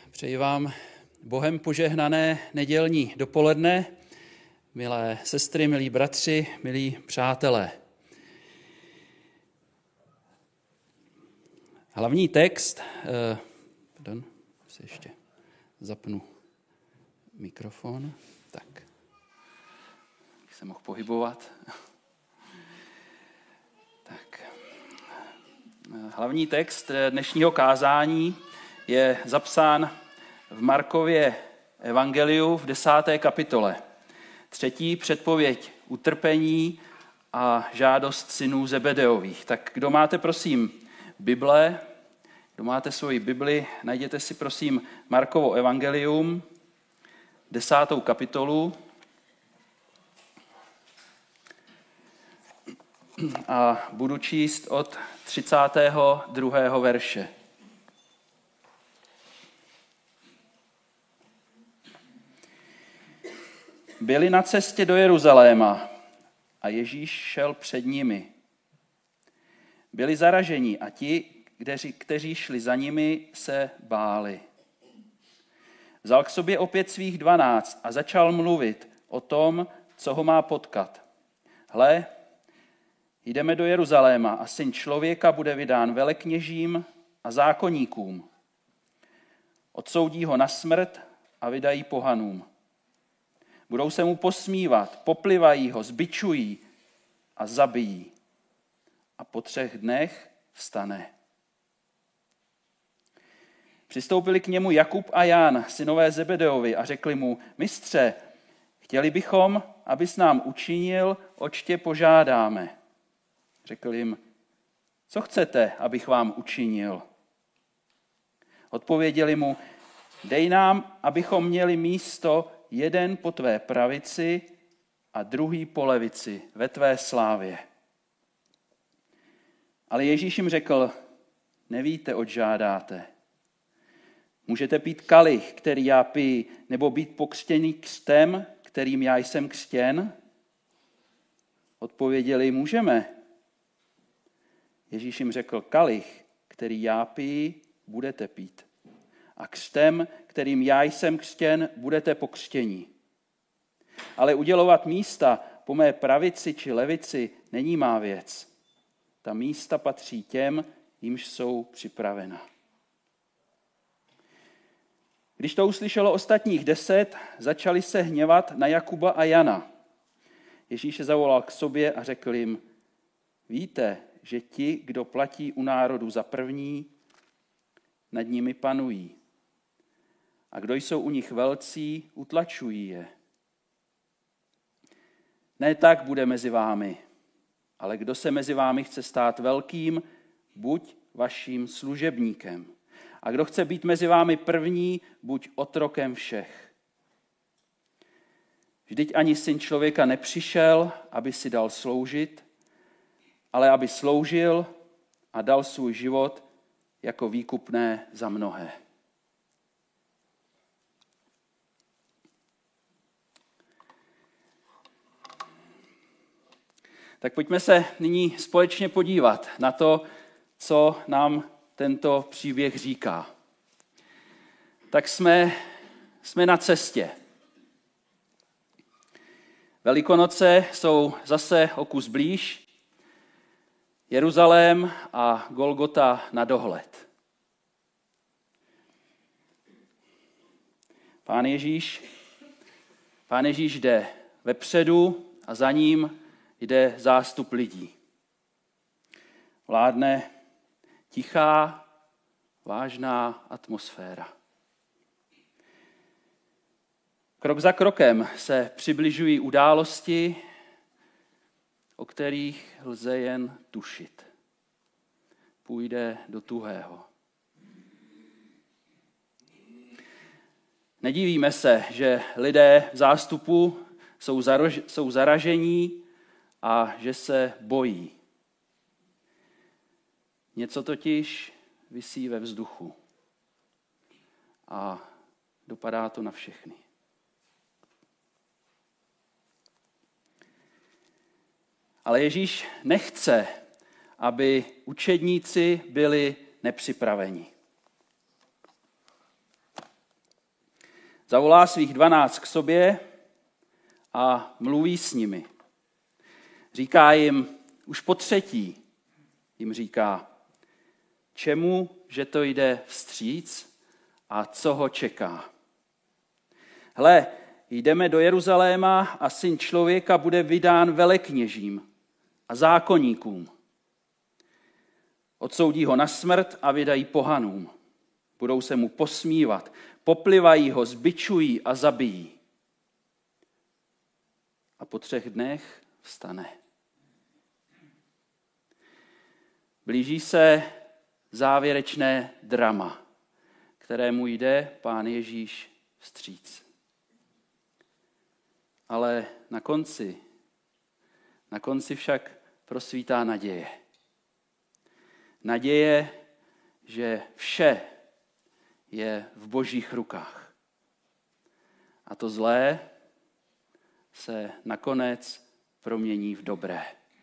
Přeji vám Bohem požehnané nedělní dopoledne, milé sestry, milí bratři, milí přátelé. Hlavní text, si ještě zapnu mikrofon, tak, bych se mohl pohybovat. Tak. Hlavní text dnešního kázání je zapsán v Markově evangeliu v 10. kapitole. 3. předpověď utrpení a žádost synů Zebedeových. Tak kdo máte, prosím, Bible, kdo máte svoji Bibli, najděte si, prosím, Markovo evangelium, 10. kapitolu a budu číst od 32. verše. Byli na cestě do Jeruzaléma a Ježíš šel před nimi. Byli zaraženi a ti, kteří šli za nimi, se báli. Vzal k sobě opět svých 12 a začal mluvit o tom, co ho má potkat. Hle, jdeme do Jeruzaléma a syn člověka bude vydán velekněžím a zákonníkům. Odsoudí ho na smrt a vydají pohanům. Budou se mu posmívat, poplivají ho, zbičují a zabijí. A po 3 dnech vstane. Přistoupili k němu Jakub a Jan, synové Zebedeovi, a řekli mu: Mistře, chtěli bychom, abys nám učinil, oč tě požádáme. Řekl jim: Co chcete, abych vám učinil? Odpověděli mu: Dej nám, abychom měli místo, jeden po tvé pravici a druhý po levici ve tvé slávě. Ale Ježíš jim řekl: Nevíte, oč žádáte. Můžete pít kalich, který já piji, nebo být pokřtěný křtem, kterým já jsem křtěn? Odpověděli: Můžeme. Ježíš jim řekl: Kalich, který já piji, budete pít. A křtem, kterým já jsem křtěn, budete pokřtění. Ale udělovat místa po mé pravici či levici není má věc. Ta místa patří těm, jimž jsou připravena. Když to uslyšelo ostatních 10, začali se hněvat na Jakuba a Jana. Ježíš je zavolal k sobě a řekl jim: Víte, že ti, kdo platí u národu za první, nad nimi panují. A kdo jsou u nich velcí, utlačují je. Ne tak bude mezi vámi, ale kdo se mezi vámi chce stát velkým, buď vaším služebníkem. A kdo chce být mezi vámi první, buď otrokem všech. Vždyť ani syn člověka nepřišel, aby si dal sloužit, ale aby sloužil a dal svůj život jako výkupné za mnohé. Tak pojďme se nyní společně podívat na to, co nám tento příběh říká. Tak jsme na cestě. Velikonoce jsou zase o kus blíž. Jeruzalém a Golgota na dohled. Pán Ježíš jde vepředu a za ním jde zástup lidí. Vládne tichá, vážná atmosféra. Krok za krokem se přibližují události, o kterých lze jen tušit. Půjde do tuhého. Nedivíme se, že lidé v zástupu jsou zaražení a že se bojí. Něco totiž visí ve vzduchu a dopadá to na všechny. Ale Ježíš nechce, aby učedníci byli nepřipraveni. Zavolá svých 12 k sobě a mluví s nimi. Říká jim, už po třetí jim říká, čemu, že to jde vstříc a co ho čeká. Hle, jdeme do Jeruzaléma a Syn člověka bude vydán velekněžím a zákonníkům. Odsoudí ho na smrt a vydají pohanům. Budou se mu posmívat, poplivají ho, zbičují a zabijí. A po 3 dnech vstane. Blíží se závěrečné drama, kterému jde Pán Ježíš vstříc. Ale na konci však prosvítá naděje. Naděje, že vše je v Božích rukách. A to zlé se nakonec promění v dobré.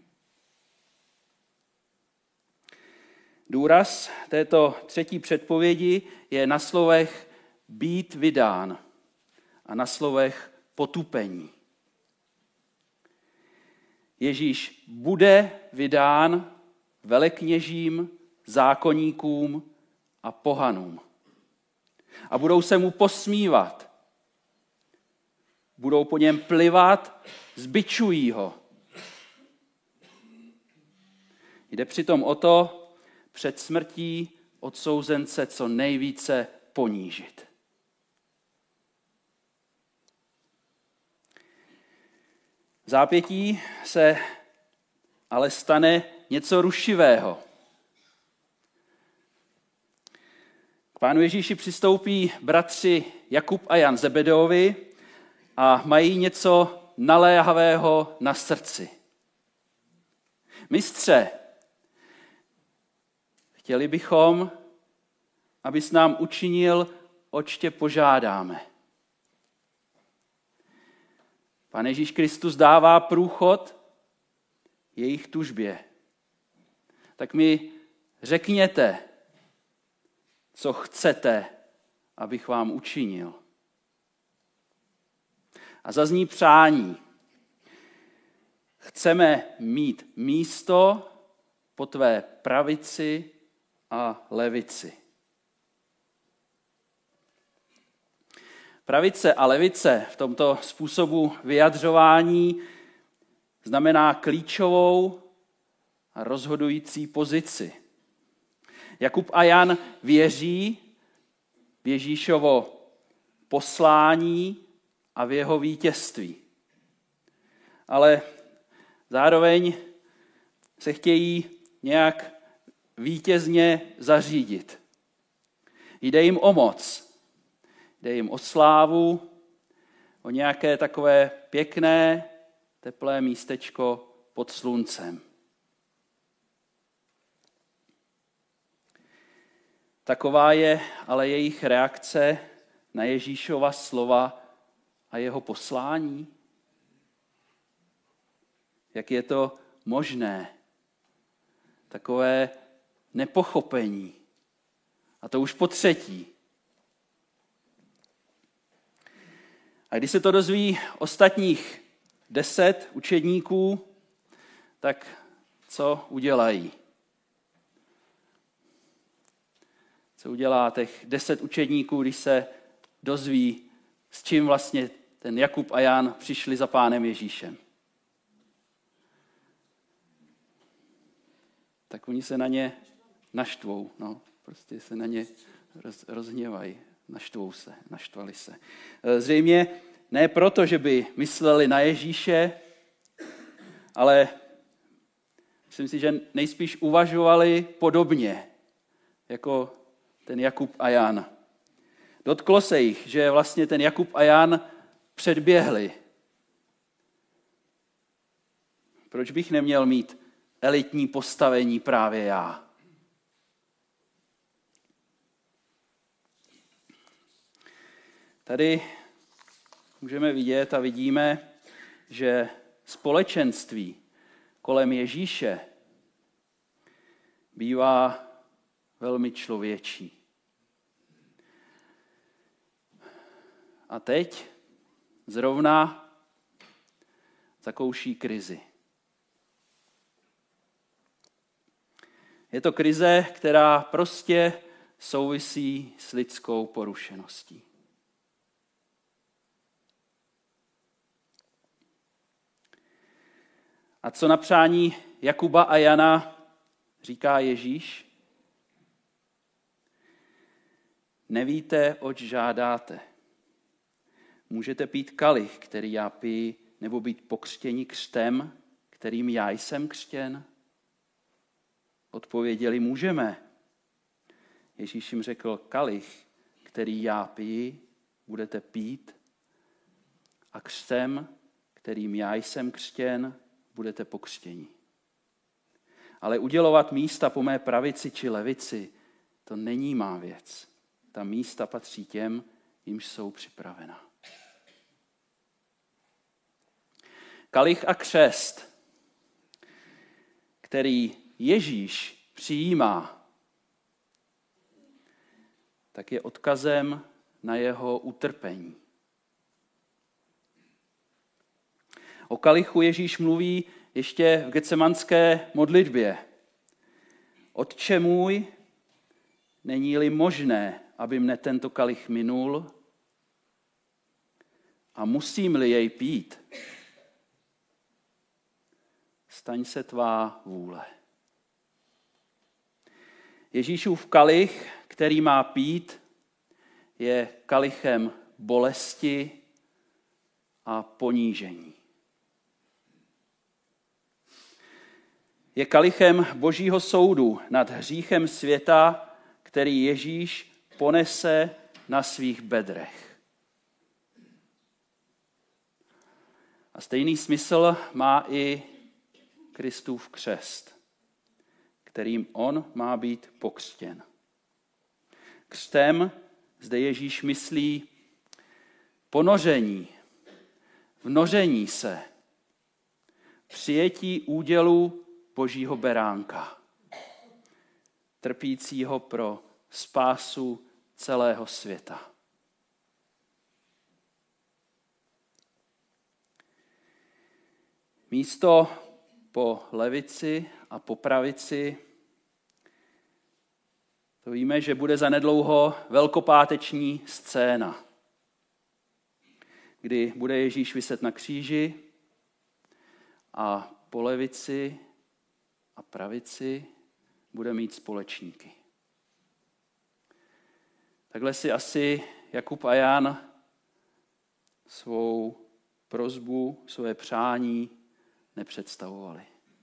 Důraz této 3. předpovědi je na slovech být vydán a na slovech potupení. Ježíš bude vydán velekněžím, zákonníkům a pohanům. A budou se mu posmívat. Budou po něm plivat, zbičují ho. Jde přitom o to, před smrtí odsouzence co nejvíce ponížit. V zápětí se ale stane něco rušivého. K Pánu Ježíši přistoupí bratři Jakub a Jan Zebedeovi a mají něco naléhavého na srdci. Mistře, chtěli bychom, abys nám učinil, oč tě požádáme. Pán Ježíš Kristus dává průchod jejich tužbě. Tak mi řekněte, co chcete, abych vám učinil. A zazní přání. Chceme mít místo po tvé pravici a levici. Pravice a levice v tomto způsobu vyjadřování znamená klíčovou a rozhodující pozici. Jakub a Jan věří v Ježíšovo poslání a v jeho vítězství. Ale zároveň se chtějí nějak vítězně zařídit. Jde jim o moc. Jde jim o slávu, o nějaké takové pěkné, teplé místečko pod sluncem. Taková je ale jejich reakce na Ježíšova slova a jeho poslání. Jak je to možné? Takové nepochopení. A to už po 3. A když se to dozví ostatních 10 učedníků, tak co udělají? Co udělá těch 10 učedníků, když se dozví, s čím vlastně ten Jakub a Jan přišli za Pánem Ježíšem? Tak oni se na ně naštvou, prostě se na ně rozhněvají, naštvali se. Zřejmě ne proto, že by mysleli na Ježíše, ale myslím si, že nejspíš uvažovali podobně, jako ten Jakub a Jan. Dotklo se jich, že vlastně ten Jakub a Jan předběhli. Proč bych neměl mít elitní postavení právě já? Tady můžeme vidět a vidíme, že společenství kolem Ježíše bývá velmi člověčí. A teď zrovna zakouší krizi. Je to krize, která prostě souvisí s lidskou porušeností. A co na přání Jakuba a Jana říká Ježíš? Nevíte, oč žádáte. Můžete pít kalich, který já piji, nebo být pokřtěni křtem, kterým já jsem křtěn? Odpověděli, můžeme. Ježíš jim řekl, kalich, který já piji, budete pít a křtem, kterým já jsem křtěn, budete pokřtěni. Ale udělovat místa po mé pravici či levici, to není má věc. Ta místa patří těm, jimž jsou připravena. Kalich a křest, který Ježíš přijímá, tak je odkazem na jeho utrpení. O kalichu Ježíš mluví ještě v getsemanské modlitbě. Otče můj, není-li možné, aby mne tento kalich minul a musím-li jej pít, staň se tvá vůle. Ježíšův kalich, který má pít, je kalichem bolesti a ponížení. Je kalichem Božího soudu nad hříchem světa, který Ježíš ponese na svých bedrech. A stejný smysl má i Kristův křest, kterým on má být pokřtěn. Křtem zde Ježíš myslí ponoření, vnoření se, přijetí údělu Božího beránka, trpícího pro spásu celého světa. Místo po levici a po pravici, to víme, že bude zanedlouho velkopáteční scéna, kdy bude Ježíš viset na kříži a po levici a pravici bude mít společníky. Takhle si asi Jakub a Jan svou prosbu, své přání nepředstavovali.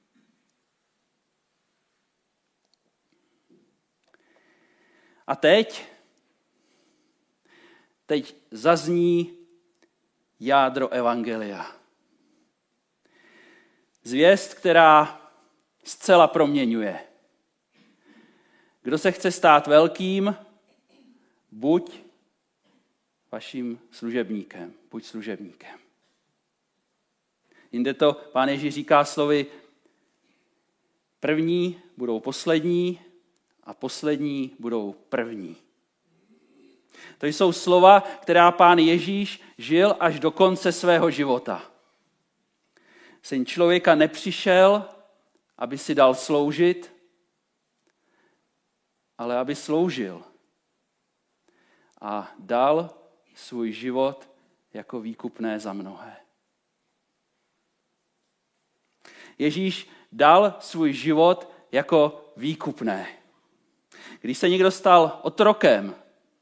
A teď zazní jádro evangelia. Zvěst, která zcela proměňuje. Kdo se chce stát velkým, buď vaším služebníkem, buď služebníkem. Jinde to Pán Ježíš říká slovy, první budou poslední a poslední budou první. To jsou slova, která Pán Ježíš žil až do konce svého života. Syn člověka nepřišel, aby si dal sloužit, ale aby sloužil a dal svůj život jako výkupné za mnohé. Ježíš dal svůj život jako výkupné. Když se někdo stal otrokem,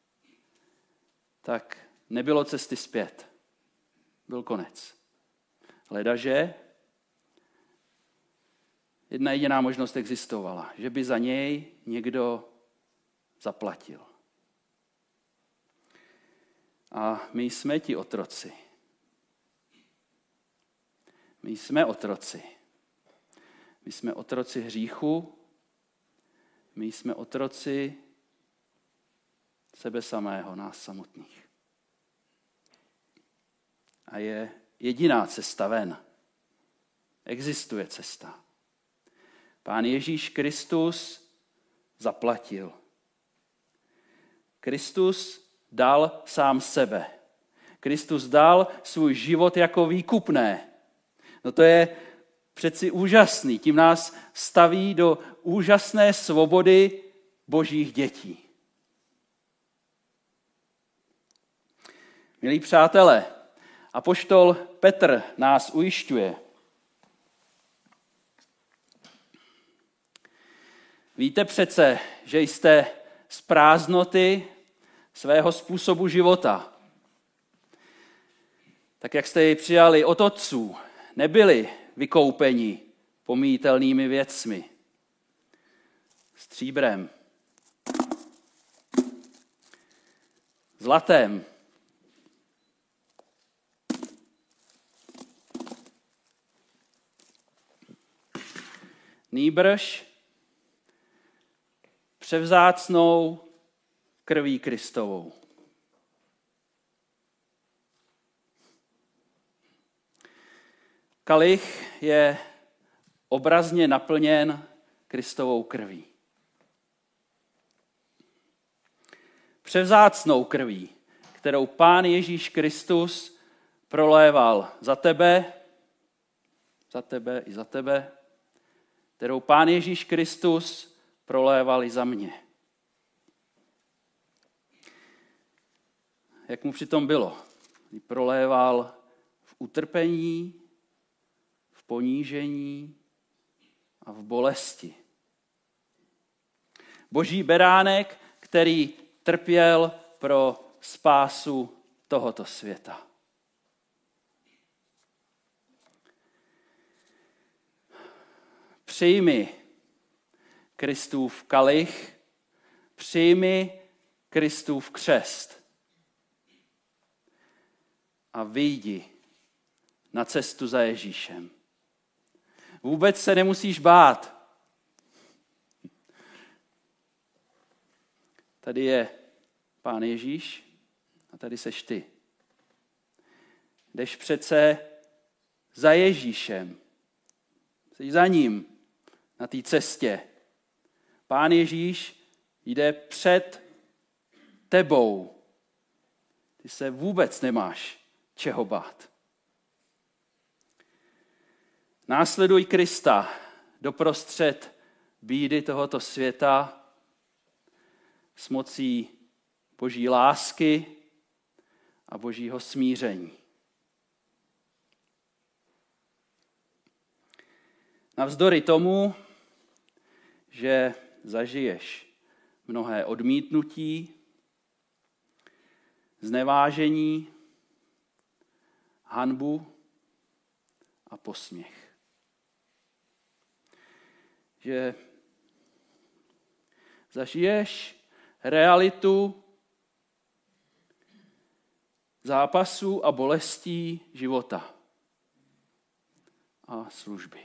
tak nebylo cesty zpět. Byl konec. Ledaže jedna jediná možnost existovala, že by za něj někdo zaplatil. A my jsme ti otroci. My jsme otroci. My jsme otroci hříchu, my jsme otroci sebe samého, nás samotných. A je jediná cesta ven. Existuje cesta. Pán Ježíš Kristus zaplatil. Kristus dal sám sebe. Kristus dal svůj život jako výkupné. No to je přeci úžasný. Tím nás staví do úžasné svobody Božích dětí. Milí přátelé, apoštol Petr nás ujišťuje. Víte přece, že jste z prázdnoty svého způsobu života, tak jak jste jej přijali od otců, nebyli vykoupeni pomíjitelnými věcmi, stříbrem, zlatem, nýbrž převzácnou krví Kristovou. Kalich je obrazně naplněn Kristovou krví. Převzácnou krví, kterou Pán Ježíš Kristus proléval za tebe i za tebe, kterou Pán Ježíš Kristus proléval i za mě. Jak mu přitom bylo? Proléval v utrpení, v ponížení a v bolesti. Boží beránek, který trpěl pro spásu tohoto světa. Přijmi Kristův kalich, přijmi Kristův křest a vyjdi na cestu za Ježíšem. Vůbec se nemusíš bát. Tady je Pán Ježíš a tady seš ty. Jdeš přece za Ježíšem. Jsi za ním na té cestě. Pán Ježíš jde před tebou. Ty se vůbec nemáš čeho bát. Následuj Krista doprostřed bídy tohoto světa s mocí Boží lásky a Božího smíření. Navzdory tomu, že zažiješ mnohé odmítnutí, znevážení, hanbu a posměch. Že zažiješ realitu zápasů a bolestí života a služby.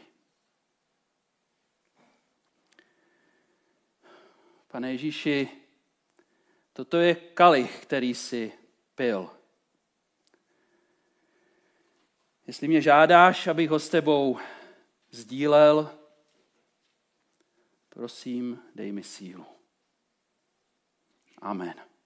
Pane Ježíši, toto je kalich, který jsi pil. Jestli mě žádáš, abych ho s tebou sdílel, prosím, dej mi sílu. Amen.